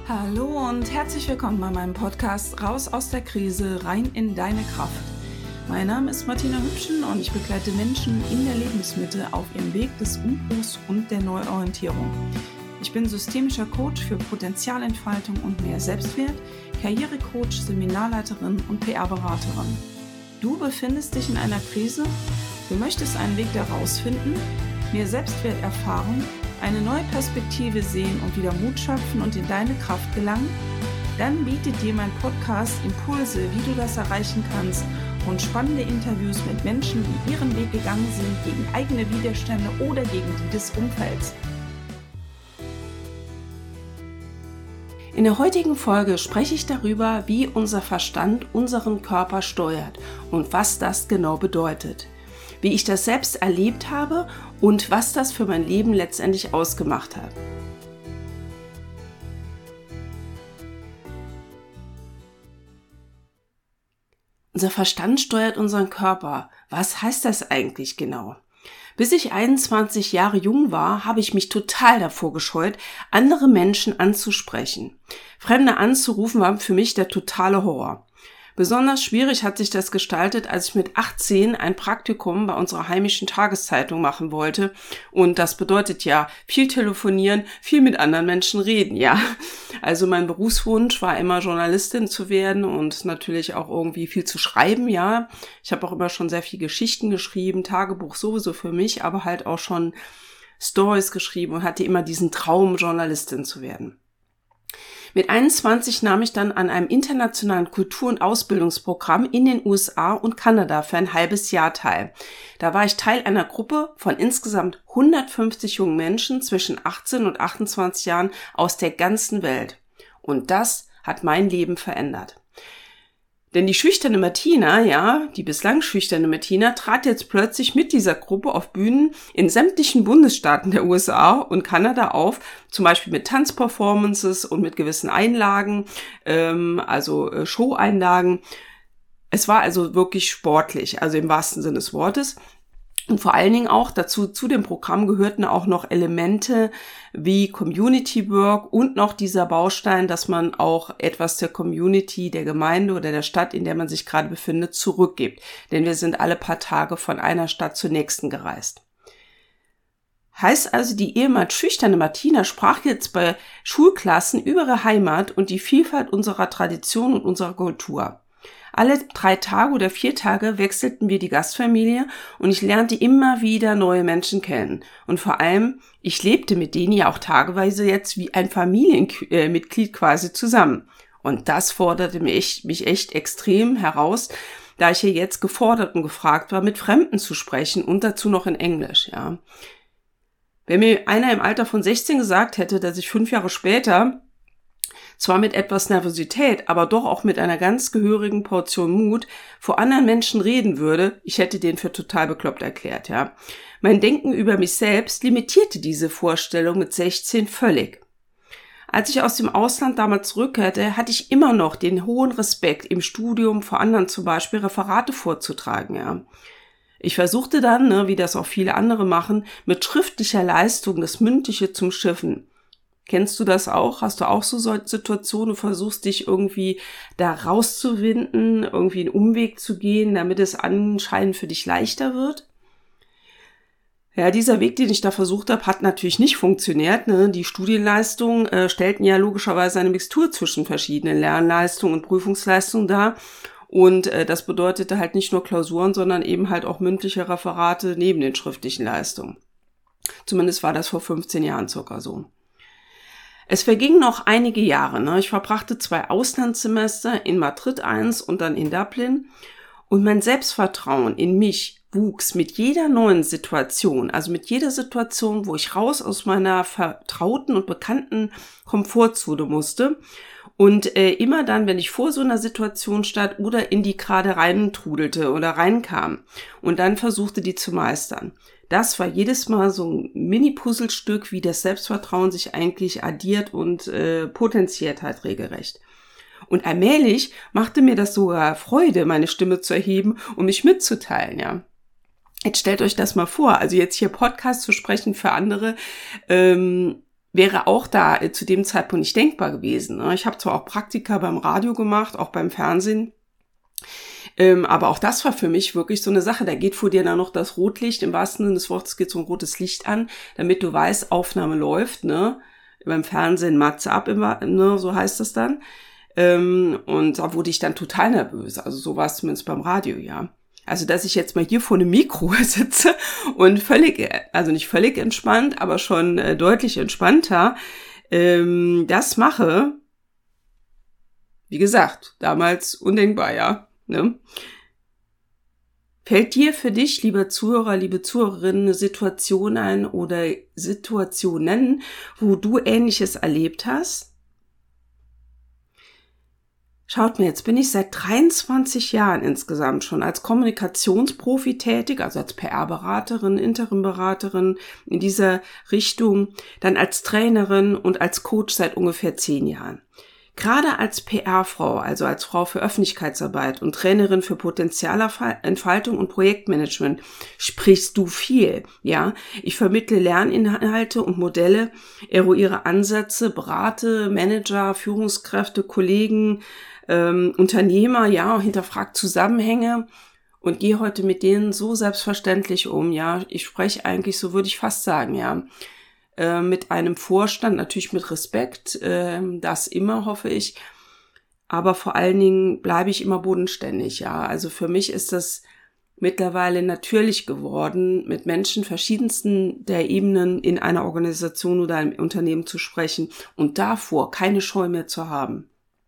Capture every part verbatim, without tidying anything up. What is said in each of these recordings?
Hallo und herzlich willkommen bei meinem Podcast Raus aus der Krise, rein in deine Kraft. Mein Name ist Martina Hübschen und ich begleite Menschen in der Lebensmitte auf ihrem Weg des Umbruchs und der Neuorientierung. Ich bin systemischer Coach für Potenzialentfaltung und mehr Selbstwert, Karrierecoach, Seminarleiterin und P R-Beraterin. Du befindest dich in einer Krise? Du möchtest einen Weg daraus finden? Mehr Selbstwert erfahren? Eine neue Perspektive sehen und wieder Mut schöpfen und in deine Kraft gelangen? Dann bietet dir mein Podcast Impulse, wie du das erreichen kannst und spannende Interviews mit Menschen, die ihren Weg gegangen sind gegen eigene Widerstände oder gegen die des Umfelds. In der heutigen Folge spreche ich darüber, wie unser Verstand unseren Körper steuert und was das genau bedeutet. Wie ich das selbst erlebt habe und was das für mein Leben letztendlich ausgemacht hat. Unser Verstand steuert unseren Körper. Was heißt das eigentlich genau? Bis ich einundzwanzig Jahre jung war, habe ich mich total davor gescheut, andere Menschen anzusprechen. Fremde anzurufen war für mich der totale Horror. Besonders schwierig hat sich das gestaltet, als ich mit achtzehn ein Praktikum bei unserer heimischen Tageszeitung machen wollte. Und das bedeutet ja viel telefonieren, viel mit anderen Menschen reden, ja. Also mein Berufswunsch war immer Journalistin zu werden und natürlich auch irgendwie viel zu schreiben, ja. Ich habe auch immer schon sehr viel Geschichten geschrieben, Tagebuch sowieso für mich, aber halt auch schon Stories geschrieben und hatte immer diesen Traum, Journalistin zu werden. Mit einundzwanzig nahm ich dann an einem internationalen Kultur- und Ausbildungsprogramm in den U S A und Kanada für ein halbes Jahr teil. Da war ich Teil einer Gruppe von insgesamt hundertfünfzig jungen Menschen zwischen achtzehn und achtundzwanzig Jahren aus der ganzen Welt. Und das hat mein Leben verändert. Denn die schüchterne Martina, ja, die bislang schüchterne Martina, trat jetzt plötzlich mit dieser Gruppe auf Bühnen in sämtlichen Bundesstaaten der U S A und Kanada auf, zum Beispiel mit Tanzperformances und mit gewissen Einlagen, ähm, also äh, Show-Einlagen. Es war also wirklich sportlich, also im wahrsten Sinne des Wortes. Und vor allen Dingen auch dazu, zu dem Programm gehörten auch noch Elemente wie Community Work und noch dieser Baustein, dass man auch etwas der Community, der Gemeinde oder der Stadt, in der man sich gerade befindet, zurückgibt. Denn wir sind alle paar Tage von einer Stadt zur nächsten gereist. Heißt also, die ehemals schüchterne Martina sprach jetzt bei Schulklassen über ihre Heimat und die Vielfalt unserer Tradition und unserer Kultur. Alle drei Tage oder vier Tage wechselten wir die Gastfamilie und ich lernte immer wieder neue Menschen kennen. Und vor allem, ich lebte mit denen ja auch tageweise jetzt wie ein Familienmitglied quasi zusammen. Und das forderte mich, mich echt extrem heraus, da ich hier jetzt gefordert und gefragt war, mit Fremden zu sprechen und dazu noch in Englisch, ja. Wenn mir einer im Alter von sechzehn gesagt hätte, dass ich fünf Jahre später zwar mit etwas Nervosität, aber doch auch mit einer ganz gehörigen Portion Mut vor anderen Menschen reden würde, ich hätte den für total bekloppt erklärt, ja. Mein Denken über mich selbst limitierte diese Vorstellung mit sechzehn völlig. Als ich aus dem Ausland damals zurückkehrte, hatte ich immer noch den hohen Respekt, im Studium vor anderen zum Beispiel Referate vorzutragen, ja. Ich versuchte dann, ne, wie das auch viele andere machen, mit schriftlicher Leistung das Mündliche zum Schiffen. Kennst du das auch? Hast du auch so Situationen, du versuchst dich irgendwie da rauszuwinden, irgendwie einen Umweg zu gehen, damit es anscheinend für dich leichter wird? Ja, dieser Weg, den ich da versucht habe, hat natürlich nicht funktioniert, ne? Die Studienleistungen äh, stellten ja logischerweise eine Mixtur zwischen verschiedenen Lernleistungen und Prüfungsleistungen dar. Und äh, das bedeutete halt nicht nur Klausuren, sondern eben halt auch mündliche Referate neben den schriftlichen Leistungen. Zumindest war das vor fünfzehn Jahren circa so. Es vergingen noch einige Jahre. Ne? Ich verbrachte zwei Auslandssemester, in Madrid eins und dann in Dublin. Und mein Selbstvertrauen in mich wuchs mit jeder neuen Situation, also mit jeder Situation, wo ich raus aus meiner vertrauten und bekannten Komfortzone musste. Und äh, immer dann, wenn ich vor so einer Situation stand oder in die gerade reintrudelte oder reinkam und dann versuchte, die zu meistern. Das war jedes Mal so ein Mini-Puzzlestück, wie das Selbstvertrauen sich eigentlich addiert und äh, potenziert halt regelrecht. Und allmählich machte mir das sogar Freude, meine Stimme zu erheben und mich mitzuteilen, ja. Jetzt stellt euch das mal vor, also jetzt hier Podcast zu sprechen für andere, ähm, wäre auch da äh, zu dem Zeitpunkt nicht denkbar gewesen. Ne? Ich habe zwar auch Praktika beim Radio gemacht, auch beim Fernsehen, ähm, aber auch das war für mich wirklich so eine Sache. Da geht vor dir dann noch das Rotlicht, im wahrsten Sinne des Wortes geht so ein rotes Licht an, damit du weißt, Aufnahme läuft, ne? Beim Fernsehen Matze ab, immer, ne? So heißt das dann. Ähm, und da wurde ich dann total nervös. Also so war es zumindest beim Radio, ja. Also, dass ich jetzt mal hier vor einem Mikro sitze und völlig, also nicht völlig entspannt, aber schon äh, deutlich entspannter, ähm, das mache, wie gesagt, damals undenkbar, ja. Ne? Fällt dir für dich, lieber Zuhörer, liebe Zuhörerin, eine Situation ein oder Situationen, wo du Ähnliches erlebt hast? Schaut mir, jetzt bin ich seit dreiundzwanzig Jahren insgesamt schon als Kommunikationsprofi tätig, also als P R-Beraterin, Interimberaterin in dieser Richtung, dann als Trainerin und als Coach seit ungefähr zehn Jahren. Gerade als P R-Frau, also als Frau für Öffentlichkeitsarbeit und Trainerin für Potenzialentfaltung und Projektmanagement, sprichst du viel, ja. Ich vermittle Lerninhalte und Modelle, eruiere Ansätze, berate Manager, Führungskräfte, Kollegen, ähm, Unternehmer, ja, hinterfragt Zusammenhänge und gehe heute mit denen so selbstverständlich um, ja. Ich spreche eigentlich, so würde ich fast sagen, ja, mit einem Vorstand, natürlich mit Respekt, das immer, hoffe ich, aber vor allen Dingen bleibe ich immer bodenständig, ja, also für mich ist das mittlerweile natürlich geworden, mit Menschen verschiedensten der Ebenen in einer Organisation oder einem Unternehmen zu sprechen und davor keine Scheu mehr zu haben.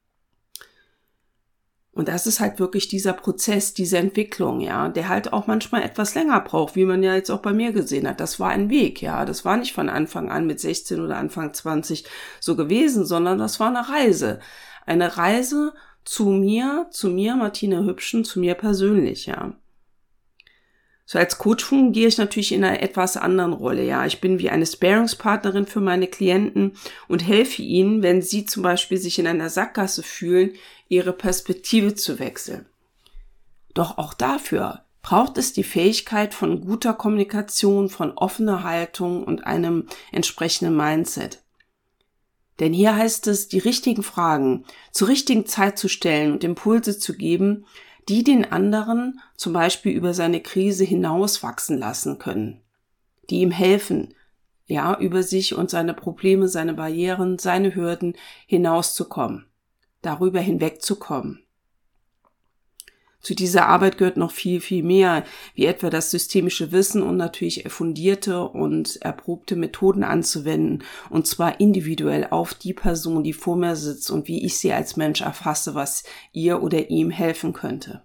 Und das ist halt wirklich dieser Prozess, diese Entwicklung, ja, der halt auch manchmal etwas länger braucht, wie man ja jetzt auch bei mir gesehen hat. Das war ein Weg, ja, das war nicht von Anfang an mit sechzehn oder Anfang zwanzig so gewesen, sondern das war eine Reise. Eine Reise zu mir, zu mir, Martina Hübschen, zu mir persönlich, ja. So als Coach fungiere ich natürlich in einer etwas anderen Rolle, ja. Ich bin wie eine Sparingspartnerin für meine Klienten und helfe ihnen, wenn sie zum Beispiel sich in einer Sackgasse fühlen, ihre Perspektive zu wechseln. Doch auch dafür braucht es die Fähigkeit von guter Kommunikation, von offener Haltung und einem entsprechenden Mindset. Denn hier heißt es, die richtigen Fragen zur richtigen Zeit zu stellen und Impulse zu geben, die den anderen zum Beispiel über seine Krise hinaus wachsen lassen können, die ihm helfen, ja, über sich und seine Probleme, seine Barrieren, seine Hürden hinauszukommen, darüber hinwegzukommen. Zu dieser Arbeit gehört noch viel, viel mehr, wie etwa das systemische Wissen und natürlich fundierte und erprobte Methoden anzuwenden, und zwar individuell auf die Person, die vor mir sitzt und wie ich sie als Mensch erfasse, was ihr oder ihm helfen könnte.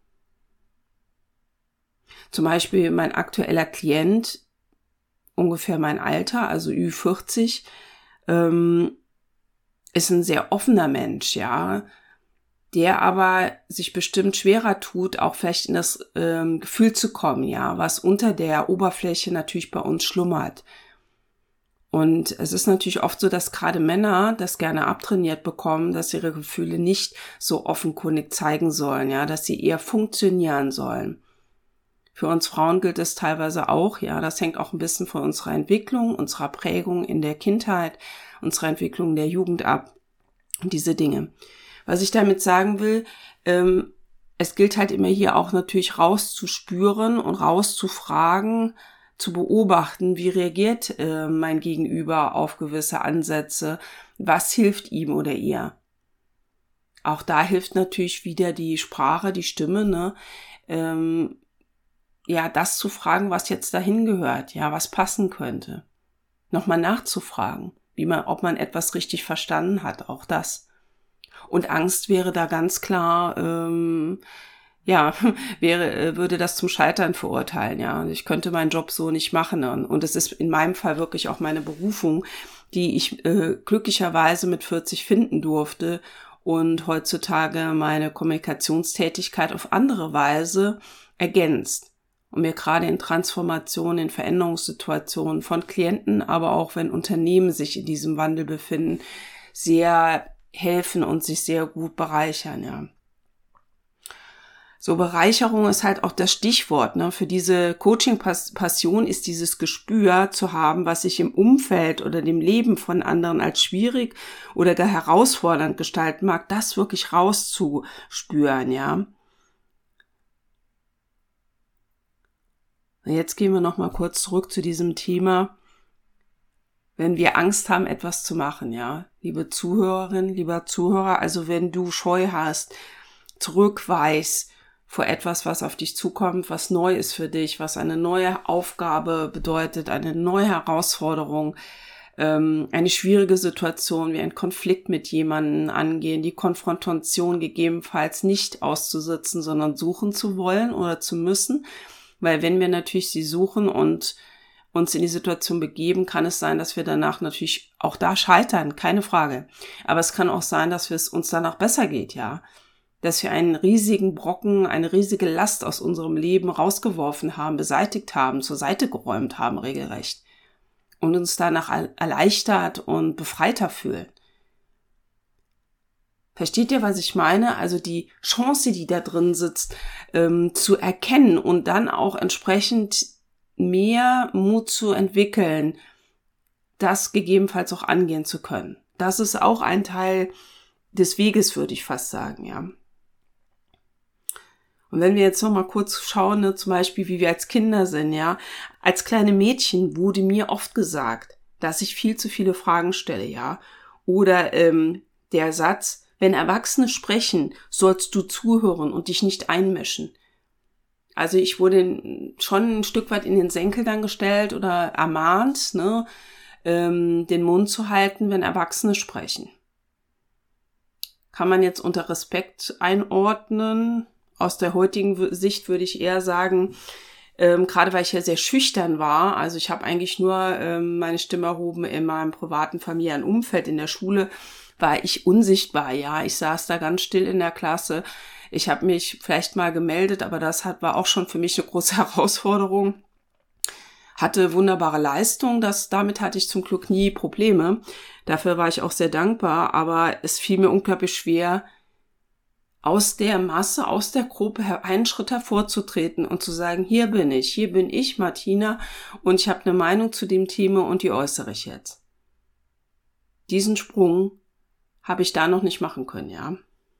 Zum Beispiel mein aktueller Klient, ungefähr mein Alter, also Ü vierzig, ähm, ist ein sehr offener Mensch, ja, der aber sich bestimmt schwerer tut, auch vielleicht in das ähm, Gefühl zu kommen, ja, was unter der Oberfläche natürlich bei uns schlummert. Und es ist natürlich oft so, dass gerade Männer das gerne abtrainiert bekommen, dass sie ihre Gefühle nicht so offenkundig zeigen sollen, ja, dass sie eher funktionieren sollen. Für uns Frauen gilt es teilweise auch, ja, das hängt auch ein bisschen von unserer Entwicklung, unserer Prägung in der Kindheit, unserer Entwicklung in der Jugend ab und diese Dinge. Was ich damit sagen will, ähm, es gilt halt immer hier auch natürlich rauszuspüren und rauszufragen, zu beobachten, wie reagiert äh, mein Gegenüber auf gewisse Ansätze, was hilft ihm oder ihr. Auch da hilft natürlich wieder die Sprache, die Stimme, ne, ähm, ja, das zu fragen, was jetzt dahin gehört, ja, was passen könnte. Nochmal nachzufragen, wie man, ob man etwas richtig verstanden hat, auch das. Und Angst wäre da ganz klar, ähm, ja, wäre, würde das zum Scheitern verurteilen, ja. Ich könnte meinen Job so nicht machen. Und es ist in meinem Fall wirklich auch meine Berufung, die ich äh, glücklicherweise mit vierzig finden durfte und heutzutage meine Kommunikationstätigkeit auf andere Weise ergänzt. Und mir gerade in Transformationen, in Veränderungssituationen von Klienten, aber auch wenn Unternehmen sich in diesem Wandel befinden, sehr helfen und sich sehr gut bereichern, ja. So, Bereicherung ist halt auch das Stichwort, ne? Für diese Coaching-Passion ist dieses Gespür zu haben, was sich im Umfeld oder dem Leben von anderen als schwierig oder gar herausfordernd gestalten mag, das wirklich rauszuspüren, ja. Jetzt gehen wir noch mal kurz zurück zu diesem Thema, wenn wir Angst haben, etwas zu machen, ja. Liebe Zuhörerin, lieber Zuhörer, also wenn du Scheu hast, zurückweichst vor etwas, was auf dich zukommt, was neu ist für dich, was eine neue Aufgabe bedeutet, eine neue Herausforderung, ähm, eine schwierige Situation, wie ein Konflikt mit jemandem angehen, die Konfrontation gegebenenfalls nicht auszusitzen, sondern suchen zu wollen oder zu müssen, weil wenn wir natürlich sie suchen und uns in die Situation begeben, kann es sein, dass wir danach natürlich auch da scheitern, keine Frage. Aber es kann auch sein, dass es uns danach besser geht, ja. Dass wir einen riesigen Brocken, eine riesige Last aus unserem Leben rausgeworfen haben, beseitigt haben, zur Seite geräumt haben, regelrecht. Und uns danach erleichtert und befreiter fühlen. Versteht ihr, was ich meine? Also die Chance, die da drin sitzt, ähm, zu erkennen und dann auch entsprechend mehr Mut zu entwickeln, das gegebenenfalls auch angehen zu können. Das ist auch ein Teil des Weges, würde ich fast sagen, ja. Und wenn wir jetzt noch mal kurz schauen, ne, zum Beispiel, wie wir als Kinder sind, ja. Als kleine Mädchen wurde mir oft gesagt, dass ich viel zu viele Fragen stelle, ja. Oder ähm, der Satz, wenn Erwachsene sprechen, sollst du zuhören und dich nicht einmischen. Also ich wurde schon ein Stück weit in den Senkel dann gestellt oder ermahnt, ne, ähm, den Mund zu halten, wenn Erwachsene sprechen. Kann man jetzt unter Respekt einordnen. Aus der heutigen Sicht würde ich eher sagen, ähm, gerade weil ich ja sehr schüchtern war, also ich habe eigentlich nur ähm, meine Stimme erhoben in meinem privaten familiären Umfeld, in der Schule war ich unsichtbar, ja, ich saß da ganz still in der Klasse, ich habe mich vielleicht mal gemeldet, aber das hat, war auch schon für mich eine große Herausforderung, hatte wunderbare Leistung, das, damit hatte ich zum Glück nie Probleme, dafür war ich auch sehr dankbar, aber es fiel mir unglaublich schwer, aus der Masse, aus der Gruppe einen Schritt hervorzutreten und zu sagen, hier bin ich, hier bin ich, Martina, und ich habe eine Meinung zu dem Thema und die äußere ich jetzt. Diesen Sprung habe ich da noch nicht machen können, ja.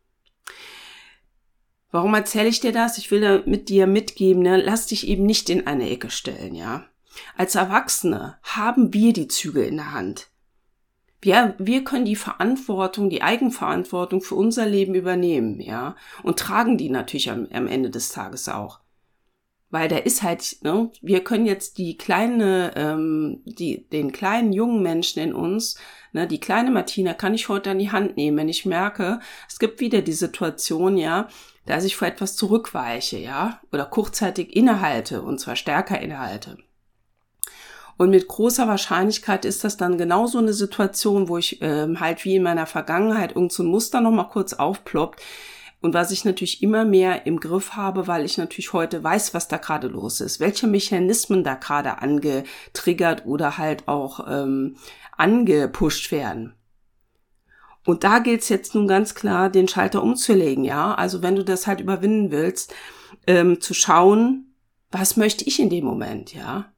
Warum erzähle ich dir das? Ich will da mit dir mitgeben, ne? Lass dich eben nicht in eine Ecke stellen, ja. Als Erwachsene haben wir die Zügel in der Hand. Wir, wir können die Verantwortung, die Eigenverantwortung für unser Leben übernehmen, ja, und tragen die natürlich am, am Ende des Tages auch. Weil da ist halt, ne, wir können jetzt die kleine, ähm, die, den kleinen jungen Menschen in uns, ne, die kleine Martina kann ich heute an die Hand nehmen, wenn ich merke, es gibt wieder die Situation, ja, dass ich vor etwas zurückweiche, ja, oder kurzzeitig innehalte, und zwar stärker innehalte. Und mit großer Wahrscheinlichkeit ist das dann genauso eine Situation, wo ich ähm, halt wie in meiner Vergangenheit irgend so ein Muster nochmal kurz aufploppt. Und was ich natürlich immer mehr im Griff habe, weil ich natürlich heute weiß, was da gerade los ist, welche Mechanismen da gerade angetriggert oder halt auch ähm, angepusht werden. Und da gilt es jetzt nun ganz klar, den Schalter umzulegen, ja. Also wenn du das halt überwinden willst, ähm, zu schauen, was möchte ich in dem Moment, ja.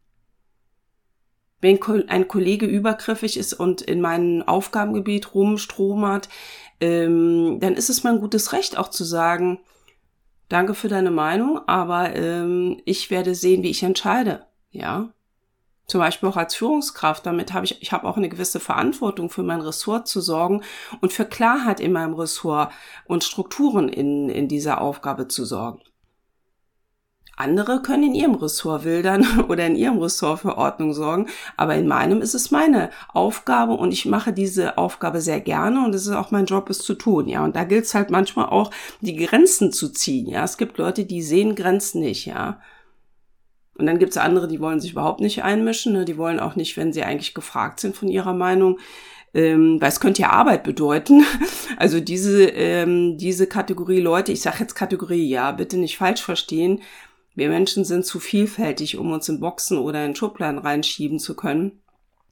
Wenn ein Kollege übergriffig ist und in meinem Aufgabengebiet rumstromert, ähm, dann ist es mein gutes Recht auch zu sagen, danke für deine Meinung, aber ähm, ich werde sehen, wie ich entscheide, ja. Zum Beispiel auch als Führungskraft, damit habe ich, ich habe auch eine gewisse Verantwortung für mein Ressort zu sorgen und für Klarheit in meinem Ressort und Strukturen in, in dieser Aufgabe zu sorgen. Andere können in ihrem Ressort wildern oder in ihrem Ressort für Ordnung sorgen, aber in meinem ist es meine Aufgabe und ich mache diese Aufgabe sehr gerne und es ist auch mein Job, es zu tun, ja. Und da gilt es halt manchmal auch, die Grenzen zu ziehen, ja. Es gibt Leute, die sehen Grenzen nicht, ja. Und dann gibt es andere, die wollen sich überhaupt nicht einmischen, ne? Die wollen auch nicht, wenn sie eigentlich gefragt sind von ihrer Meinung, ähm, weil es könnte ja Arbeit bedeuten. Also diese ähm, diese Kategorie Leute, ich sage jetzt Kategorie, ja, bitte nicht falsch verstehen. Wir Menschen sind zu vielfältig, um uns in Boxen oder in Schubladen reinschieben zu können.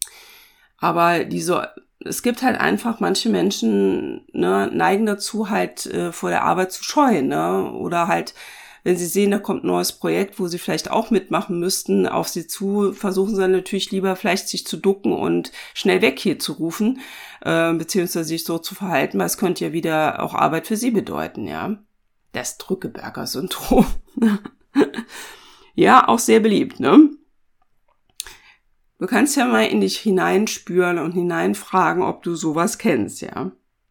Aber diese, es gibt halt einfach, manche Menschen ne, neigen dazu, halt äh, vor der Arbeit zu scheuen, ne? Oder halt Wenn sie sehen, da kommt ein neues Projekt, wo sie vielleicht auch mitmachen müssten, auf sie zu, versuchen sie natürlich lieber vielleicht sich zu ducken und schnell weg hier zu rufen, äh, beziehungsweise sich so zu verhalten, weil es könnte ja wieder auch Arbeit für sie bedeuten, ja. Das Drückeberger-Syndrom. Ja, auch sehr beliebt, ne? Du kannst ja mal in dich hineinspüren und hineinfragen, ob du sowas kennst, ja.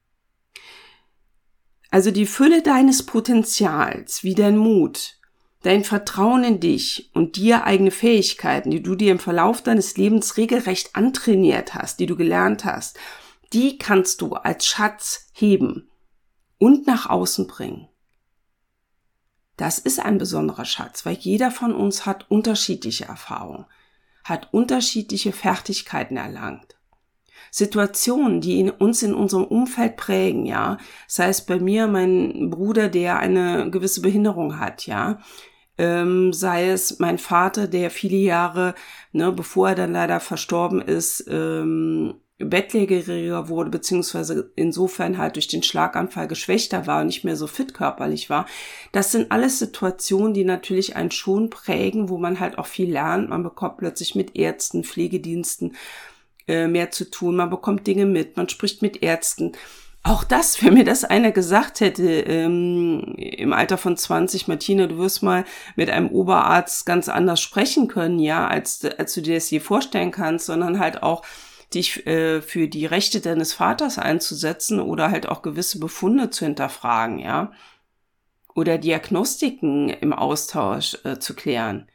Also die Fülle deines Potenzials, wie dein Mut, dein Vertrauen in dich und dir eigene Fähigkeiten, die du dir im Verlauf deines Lebens regelrecht antrainiert hast, die du gelernt hast, die kannst du als Schatz heben und nach außen bringen. Das ist ein besonderer Schatz, weil jeder von uns hat unterschiedliche Erfahrungen, hat unterschiedliche Fertigkeiten erlangt. Situationen, die in uns in unserem Umfeld prägen, ja, sei es bei mir mein Bruder, der eine gewisse Behinderung hat, ja, ähm, sei es mein Vater, der viele Jahre, ne, bevor er dann leider verstorben ist, ähm, bettlägeriger wurde, beziehungsweise insofern halt durch den Schlaganfall geschwächter war und nicht mehr so fit körperlich war. Das sind alles Situationen, die natürlich einen schon prägen, wo man halt auch viel lernt. Man bekommt plötzlich mit Ärzten, Pflegediensten mehr zu tun, man bekommt Dinge mit, man spricht mit Ärzten. Auch das, wenn mir das einer gesagt hätte, ähm, im Alter von zwanzig, Martina, du wirst mal mit einem Oberarzt ganz anders sprechen können, ja, als, als du dir das je vorstellen kannst, sondern halt auch dich äh, für die Rechte deines Vaters einzusetzen oder halt auch gewisse Befunde zu hinterfragen, ja, oder Diagnostiken im Austausch äh, zu klären.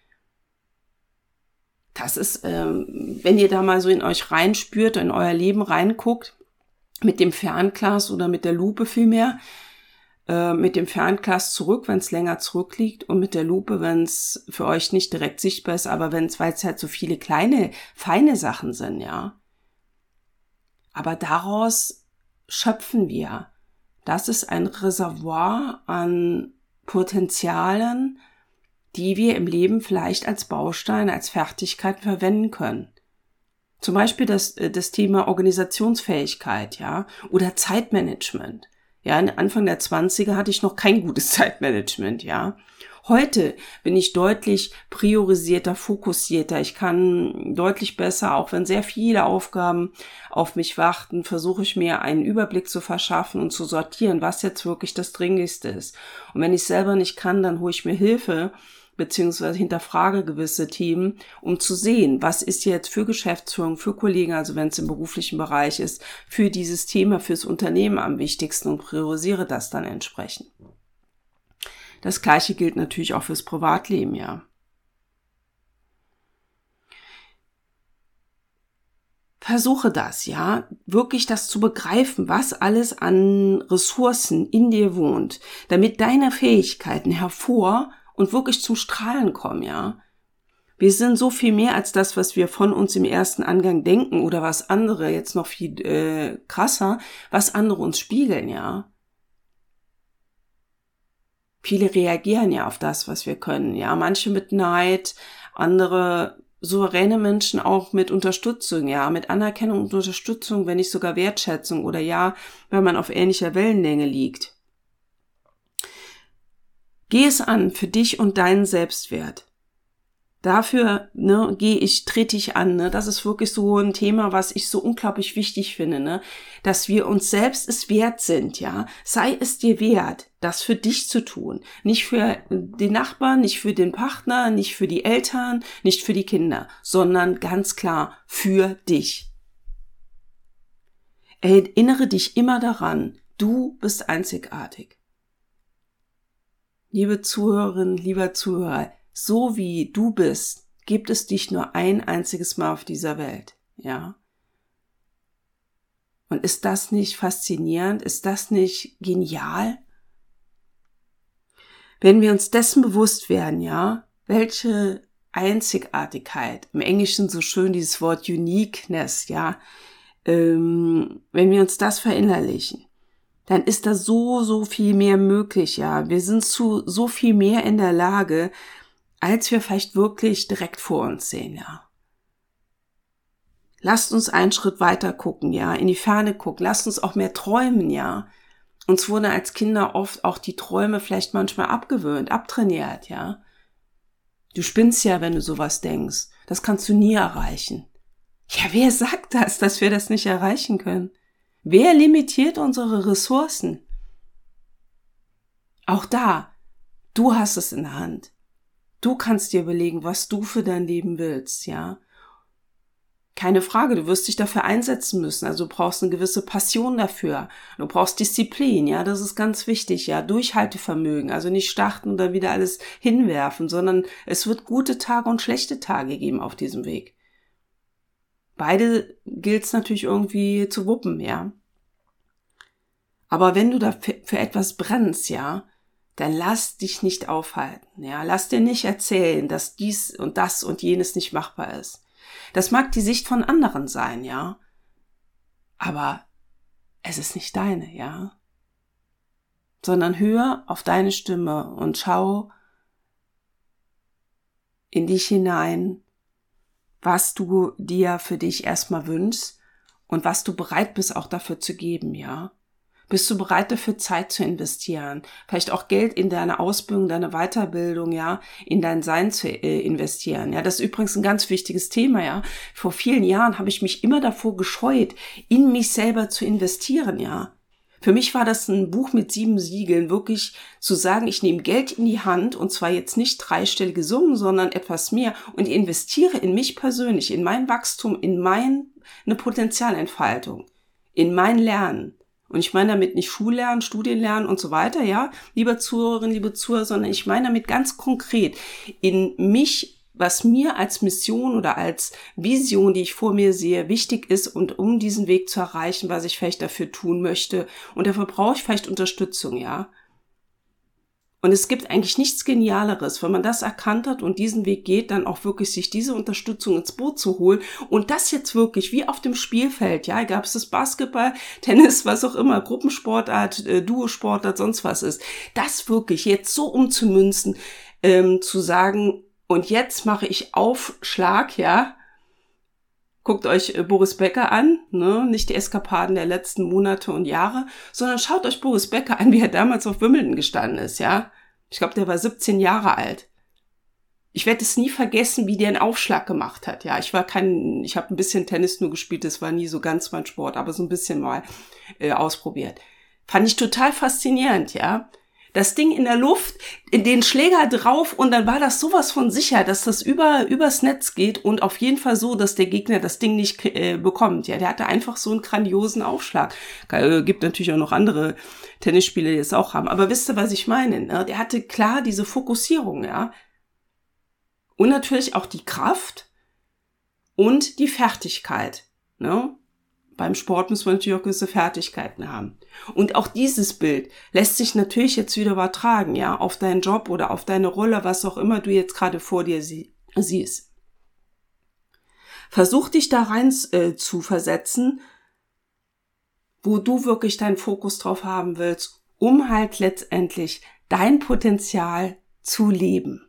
Das ist, ähm, wenn ihr da mal so in euch reinspürt, in euer Leben reinguckt, mit dem Fernglas oder mit der Lupe vielmehr, äh, mit dem Fernglas zurück, wenn es länger zurückliegt und mit der Lupe, wenn es für euch nicht direkt sichtbar ist, aber wenn es, weil es halt so viele kleine, feine Sachen sind, ja. Aber daraus schöpfen wir. Das ist ein Reservoir an Potenzialen, die wir im Leben vielleicht als Baustein, als Fertigkeit verwenden können. Zum Beispiel das, das Thema Organisationsfähigkeit, ja, oder Zeitmanagement. Ja, Anfang der Zwanziger hatte ich noch kein gutes Zeitmanagement, ja. Heute bin ich deutlich priorisierter, fokussierter. Ich kann deutlich besser, auch wenn sehr viele Aufgaben auf mich warten, versuche ich mir einen Überblick zu verschaffen und zu sortieren, was jetzt wirklich das Dringlichste ist. Und wenn ich selber nicht kann, dann hole ich mir Hilfe, beziehungsweise hinterfrage gewisse Themen, um zu sehen, was ist jetzt für Geschäftsführung, für Kollegen, also wenn es im beruflichen Bereich ist, für dieses Thema, fürs Unternehmen am wichtigsten und priorisiere das dann entsprechend. Das Gleiche gilt natürlich auch fürs Privatleben, ja. Versuche das, ja, wirklich das zu begreifen, was alles an Ressourcen in dir wohnt, damit deine Fähigkeiten hervor und wirklich zum Strahlen kommen, ja. Wir sind so viel mehr als das, was wir von uns im ersten Angang denken oder was andere, jetzt noch viel äh, krasser, was andere uns spiegeln, ja. Viele reagieren ja auf das, was wir können, ja. Manche mit Neid, andere souveräne Menschen auch mit Unterstützung, ja, mit Anerkennung und Unterstützung, wenn nicht sogar Wertschätzung oder ja, wenn man auf ähnlicher Wellenlänge liegt. Geh es an für dich und deinen Selbstwert. Dafür, ne, gehe ich, trete ich an, ne, das ist wirklich so ein Thema, was ich so unglaublich wichtig finde, ne, dass wir uns selbst es wert sind, ja, sei es dir wert, das für dich zu tun, nicht für den Nachbarn, nicht für den Partner, nicht für die Eltern, nicht für die Kinder, sondern ganz klar für dich. Erinnere dich immer daran, du bist einzigartig. Liebe Zuhörerinnen, lieber Zuhörer, so wie du bist, gibt es dich nur ein einziges Mal auf dieser Welt, ja. Und ist das nicht faszinierend? Ist das nicht genial? Wenn wir uns dessen bewusst werden, ja, welche Einzigartigkeit, im Englischen so schön dieses Wort Uniqueness, ja, ähm, wenn wir uns das verinnerlichen, dann ist da so, so viel mehr möglich, ja. Wir sind zu so viel mehr in der Lage, als wir vielleicht wirklich direkt vor uns sehen, ja. Lasst uns einen Schritt weiter gucken, ja, in die Ferne gucken. Lasst uns auch mehr träumen, ja. Uns wurden als Kinder oft auch die Träume vielleicht manchmal abgewöhnt, abtrainiert, ja. Du spinnst ja, wenn du sowas denkst. Das kannst du nie erreichen. Ja, wer sagt das, dass wir das nicht erreichen können? Wer limitiert unsere Ressourcen? Auch da, du hast es in der Hand. Du kannst dir überlegen, was du für dein Leben willst, ja. Keine Frage, du wirst dich dafür einsetzen müssen. Also du brauchst eine gewisse Passion dafür. Du brauchst Disziplin, ja, das ist ganz wichtig, ja. Durchhaltevermögen, also nicht starten und dann wieder alles hinwerfen, sondern es wird gute Tage und schlechte Tage geben auf diesem Weg. Beide gilt es natürlich irgendwie zu wuppen, ja. Aber wenn du da für, für etwas brennst, ja, dann lass dich nicht aufhalten, ja. Lass dir nicht erzählen, dass dies und das und jenes nicht machbar ist. Das mag die Sicht von anderen sein, ja. Aber es ist nicht deine, ja. Sondern hör auf deine Stimme und schau in dich hinein, was du dir für dich erstmal wünschst und was du bereit bist auch dafür zu geben, ja. Bist du bereit dafür, Zeit zu investieren? Vielleicht auch Geld in deine Ausbildung, deine Weiterbildung, ja, in dein Sein zu äh, investieren. Ja, das ist übrigens ein ganz wichtiges Thema, ja. Vor vielen Jahren habe ich mich immer davor gescheut, in mich selber zu investieren, ja. Für mich war das ein Buch mit sieben Siegeln, wirklich zu sagen, ich nehme Geld in die Hand und zwar jetzt nicht dreistellige Summen, sondern etwas mehr und investiere in mich persönlich, in mein Wachstum, in meine Potenzialentfaltung, in mein Lernen. Und ich meine damit nicht Schullernen, Studienlernen und so weiter, ja, liebe Zuhörerinnen, liebe Zuhörer, sondern ich meine damit ganz konkret in mich, was mir als Mission oder als Vision, die ich vor mir sehe, wichtig ist und um diesen Weg zu erreichen, was ich vielleicht dafür tun möchte. Und dafür brauche ich vielleicht Unterstützung, ja. Und es gibt eigentlich nichts Genialeres, wenn man das erkannt hat und diesen Weg geht, dann auch wirklich sich diese Unterstützung ins Boot zu holen und das jetzt wirklich wie auf dem Spielfeld, ja, gab es das Basketball, Tennis, was auch immer, Gruppensportart, äh, Duosportart, sonst was ist, das wirklich jetzt so umzumünzen, ähm, zu sagen, und jetzt mache ich Aufschlag, ja, guckt euch äh, Boris Becker an, ne? Nicht die Eskapaden der letzten Monate und Jahre, sondern schaut euch Boris Becker an, wie er damals auf Wimbledon gestanden ist, ja. Ich glaube, der war siebzehn Jahre alt. Ich werde es nie vergessen, wie der einen Aufschlag gemacht hat, ja. Ich war kein, ich habe ein bisschen Tennis nur gespielt, das war nie so ganz mein Sport, aber so ein bisschen mal äh, ausprobiert. Fand ich total faszinierend, ja. Das Ding in der Luft, in den Schläger drauf und dann war das sowas von sicher, dass das über übers Netz geht und auf jeden Fall so, dass der Gegner das Ding nicht äh, bekommt. Ja, der hatte einfach so einen grandiosen Aufschlag. Äh, gibt natürlich auch noch andere Tennisspieler, die es auch haben. Aber wisst ihr, was ich meine? Ne? Der hatte klar diese Fokussierung, ja. Und natürlich auch die Kraft und die Fertigkeit, ne? Beim Sport muss man natürlich auch gewisse Fertigkeiten haben. Und auch dieses Bild lässt sich natürlich jetzt wieder übertragen, ja, auf deinen Job oder auf deine Rolle, was auch immer du jetzt gerade vor dir sie- siehst. Versuch dich da rein äh, zu versetzen, wo du wirklich deinen Fokus drauf haben willst, um halt letztendlich dein Potenzial zu leben.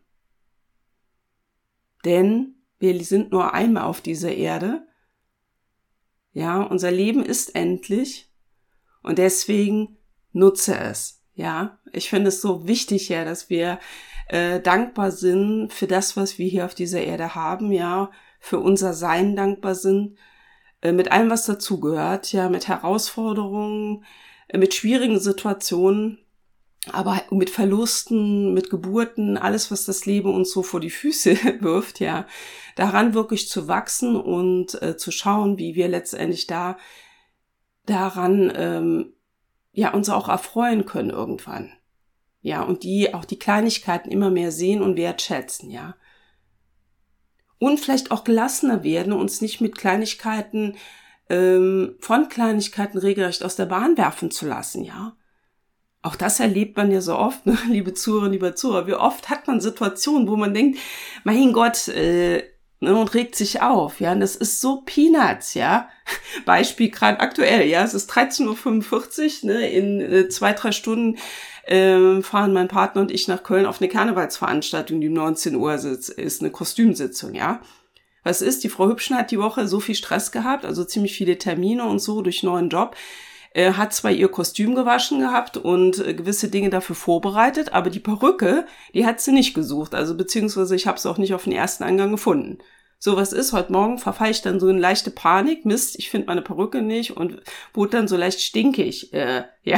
Denn wir sind nur einmal auf dieser Erde. Ja, unser Leben ist endlich und deswegen nutze es. Ja, ich finde es so wichtig, ja, dass wir äh, dankbar sind für das, was wir hier auf dieser Erde haben, ja, für unser Sein dankbar sind, äh, mit allem, was dazugehört, ja, mit Herausforderungen, äh, mit schwierigen Situationen, aber mit Verlusten, mit Geburten, alles, was das Leben uns so vor die Füße wirft, ja, daran wirklich zu wachsen und äh, zu schauen, wie wir letztendlich da daran ähm, ja uns auch erfreuen können irgendwann, ja, und die auch die Kleinigkeiten immer mehr sehen und wertschätzen, ja, und vielleicht auch gelassener werden, uns nicht mit Kleinigkeiten ähm, von Kleinigkeiten regelrecht aus der Bahn werfen zu lassen, ja. Auch das erlebt man ja so oft, ne? Liebe Zuhörer, lieber Zuhörer. Wie oft hat man Situationen, wo man denkt, mein Gott, äh, ne, und regt sich auf, ja. Und das ist so Peanuts, ja. Beispiel gerade aktuell, ja. Es ist dreizehn Uhr fünfundvierzig, ne. In äh, zwei, drei Stunden äh, fahren mein Partner und ich nach Köln auf eine Karnevalsveranstaltung, die um neunzehn Uhr ist, ist eine Kostümsitzung, ja. Was ist? Die Frau Hübschen hat die Woche so viel Stress gehabt, also ziemlich viele Termine und so durch neuen Job. äh, hat zwar ihr Kostüm gewaschen gehabt und äh, gewisse Dinge dafür vorbereitet, aber die Perücke, die hat sie nicht gesucht. Also beziehungsweise ich habe es auch nicht auf den ersten Angang gefunden. So, was ist? Heute Morgen verfalle ich dann so in leichte Panik. Mist, ich finde meine Perücke nicht und wurde dann so leicht stinkig. Äh, ja,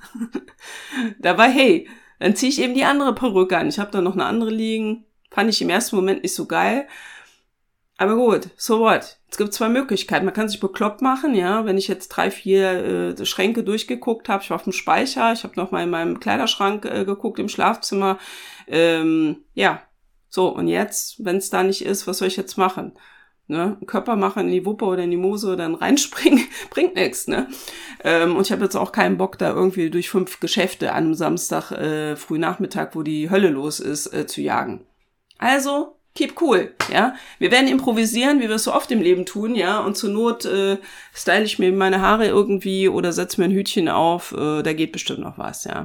dabei, hey, dann ziehe ich eben die andere Perücke an. Ich habe da noch eine andere liegen. Fand ich im ersten Moment nicht so geil. Aber gut, so what? Es gibt zwei Möglichkeiten. Man kann sich bekloppt machen, ja. Wenn ich jetzt drei, vier äh, Schränke durchgeguckt habe, ich war auf dem Speicher, ich habe noch mal in meinem Kleiderschrank äh, geguckt im Schlafzimmer. Ähm, ja, so, und jetzt, wenn es da nicht ist, was soll ich jetzt machen? Ne? Einen Körper machen in die Wuppe oder in die Mose, dann reinspringen, bringt nichts, ne? Ähm, und ich habe jetzt auch keinen Bock, da irgendwie durch fünf Geschäfte an einem Samstag äh, Frühnachmittag, wo die Hölle los ist, äh, zu jagen. Also, keep cool, ja. Wir werden improvisieren, wie wir es so oft im Leben tun, ja. Und zur Not äh, style ich mir meine Haare irgendwie oder setze mir ein Hütchen auf. Äh, da geht bestimmt noch was, ja.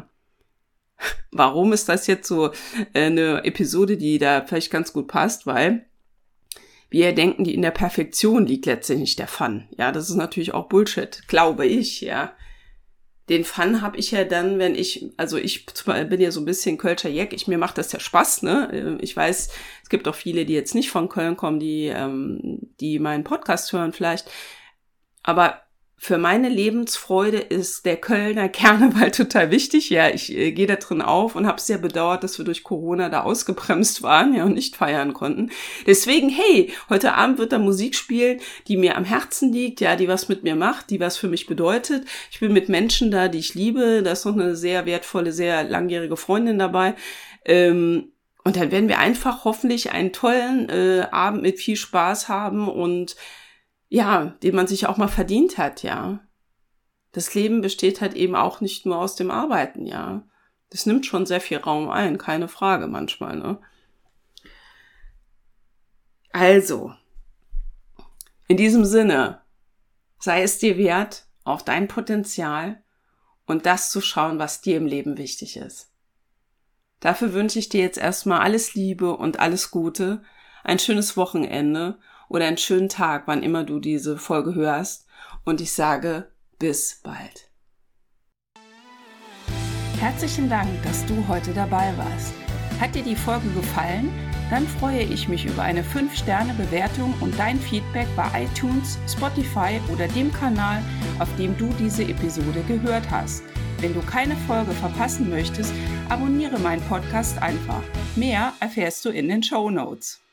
Warum ist das jetzt so äh, eine Episode, die da vielleicht ganz gut passt? Weil wir denken, die in der Perfektion liegt letztendlich der Fun. Ja, das ist natürlich auch Bullshit, glaube ich, ja. Den Fun habe ich ja dann, wenn ich, also ich bin ja so ein bisschen Kölscher Jeck, ich, mir macht das ja Spaß, ne? Ich weiß, es gibt auch viele, die jetzt nicht von Köln kommen, die, ähm, die meinen Podcast hören vielleicht. Aber für meine Lebensfreude ist der Kölner Karneval total wichtig. Ja, ich äh, gehe da drin auf und habe sehr bedauert, dass wir durch Corona da ausgebremst waren, ja, und nicht feiern konnten. Deswegen, hey, heute Abend wird da Musik spielen, die mir am Herzen liegt, ja, die was mit mir macht, die was für mich bedeutet. Ich bin mit Menschen da, die ich liebe. Da ist noch eine sehr wertvolle, sehr langjährige Freundin dabei. Ähm, und dann werden wir einfach hoffentlich einen tollen äh, Abend mit viel Spaß haben und ja, den man sich auch mal verdient hat, ja. Das Leben besteht halt eben auch nicht nur aus dem Arbeiten, ja. Das nimmt schon sehr viel Raum ein, keine Frage manchmal, ne. Also, in diesem Sinne, sei es dir wert, auf dein Potenzial und das zu schauen, was dir im Leben wichtig ist. Dafür wünsche ich dir jetzt erstmal alles Liebe und alles Gute, ein schönes Wochenende oder einen schönen Tag, wann immer du diese Folge hörst. Und ich sage, bis bald. Herzlichen Dank, dass du heute dabei warst. Hat dir die Folge gefallen? Dann freue ich mich über eine fünf Sterne Bewertung und dein Feedback bei iTunes, Spotify oder dem Kanal, auf dem du diese Episode gehört hast. Wenn du keine Folge verpassen möchtest, abonniere meinen Podcast einfach. Mehr erfährst du in den Shownotes.